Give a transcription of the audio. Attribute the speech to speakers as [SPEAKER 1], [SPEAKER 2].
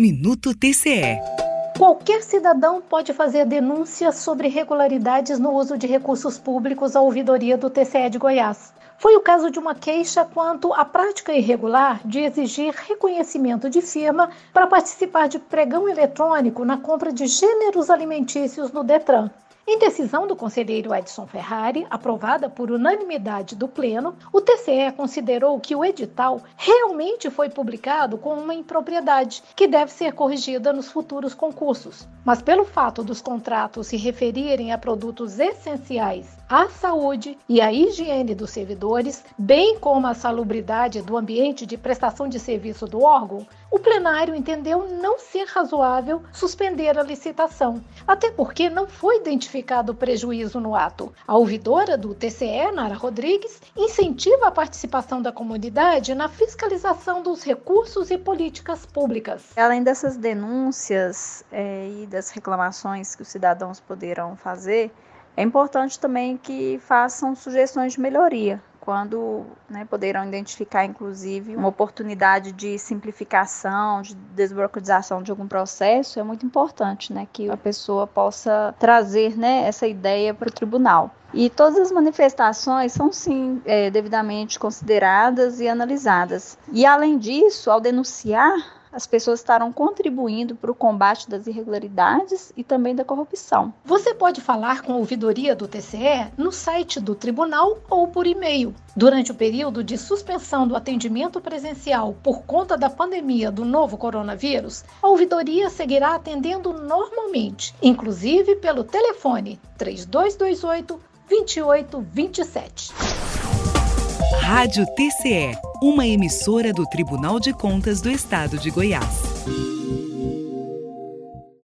[SPEAKER 1] Minuto TCE.
[SPEAKER 2] Qualquer cidadão pode fazer denúncias sobre irregularidades no uso de recursos públicos à ouvidoria do TCE de Goiás. Foi o caso de uma queixa quanto à prática irregular de exigir reconhecimento de firma para participar de pregão eletrônico na compra de gêneros alimentícios no Detran. Em decisão do conselheiro Edson Ferrari, aprovada por unanimidade do Pleno, o TCE considerou que o edital realmente foi publicado com uma impropriedade, que deve ser corrigida nos futuros concursos. Mas pelo fato dos contratos se referirem a produtos essenciais à saúde e à higiene dos servidores, bem como à salubridade do ambiente de prestação de serviço do órgão, o plenário entendeu não ser razoável suspender a licitação, até porque não foi identificado prejuízo no ato. A ouvidora do TCE, Nara Rodrigues, incentiva a participação da comunidade na fiscalização dos recursos e políticas públicas.
[SPEAKER 3] Além dessas denúncias e das reclamações que os cidadãos poderão fazer, é importante também que façam sugestões de melhoria, quando poderão identificar, inclusive, uma oportunidade de simplificação, de desburocratização de algum processo. É muito importante que a pessoa possa trazer essa ideia para o tribunal. E todas as manifestações são, sim, devidamente consideradas e analisadas. E, além disso, ao denunciar, as pessoas estarão contribuindo para o combate das irregularidades e também da corrupção.
[SPEAKER 2] Você pode falar com a ouvidoria do TCE no site do tribunal ou por e-mail. Durante o período de suspensão do atendimento presencial por conta da pandemia do novo coronavírus, a ouvidoria seguirá atendendo normalmente, inclusive pelo telefone 3228-2827.
[SPEAKER 1] Rádio TCE, uma emissora do Tribunal de Contas do Estado de Goiás.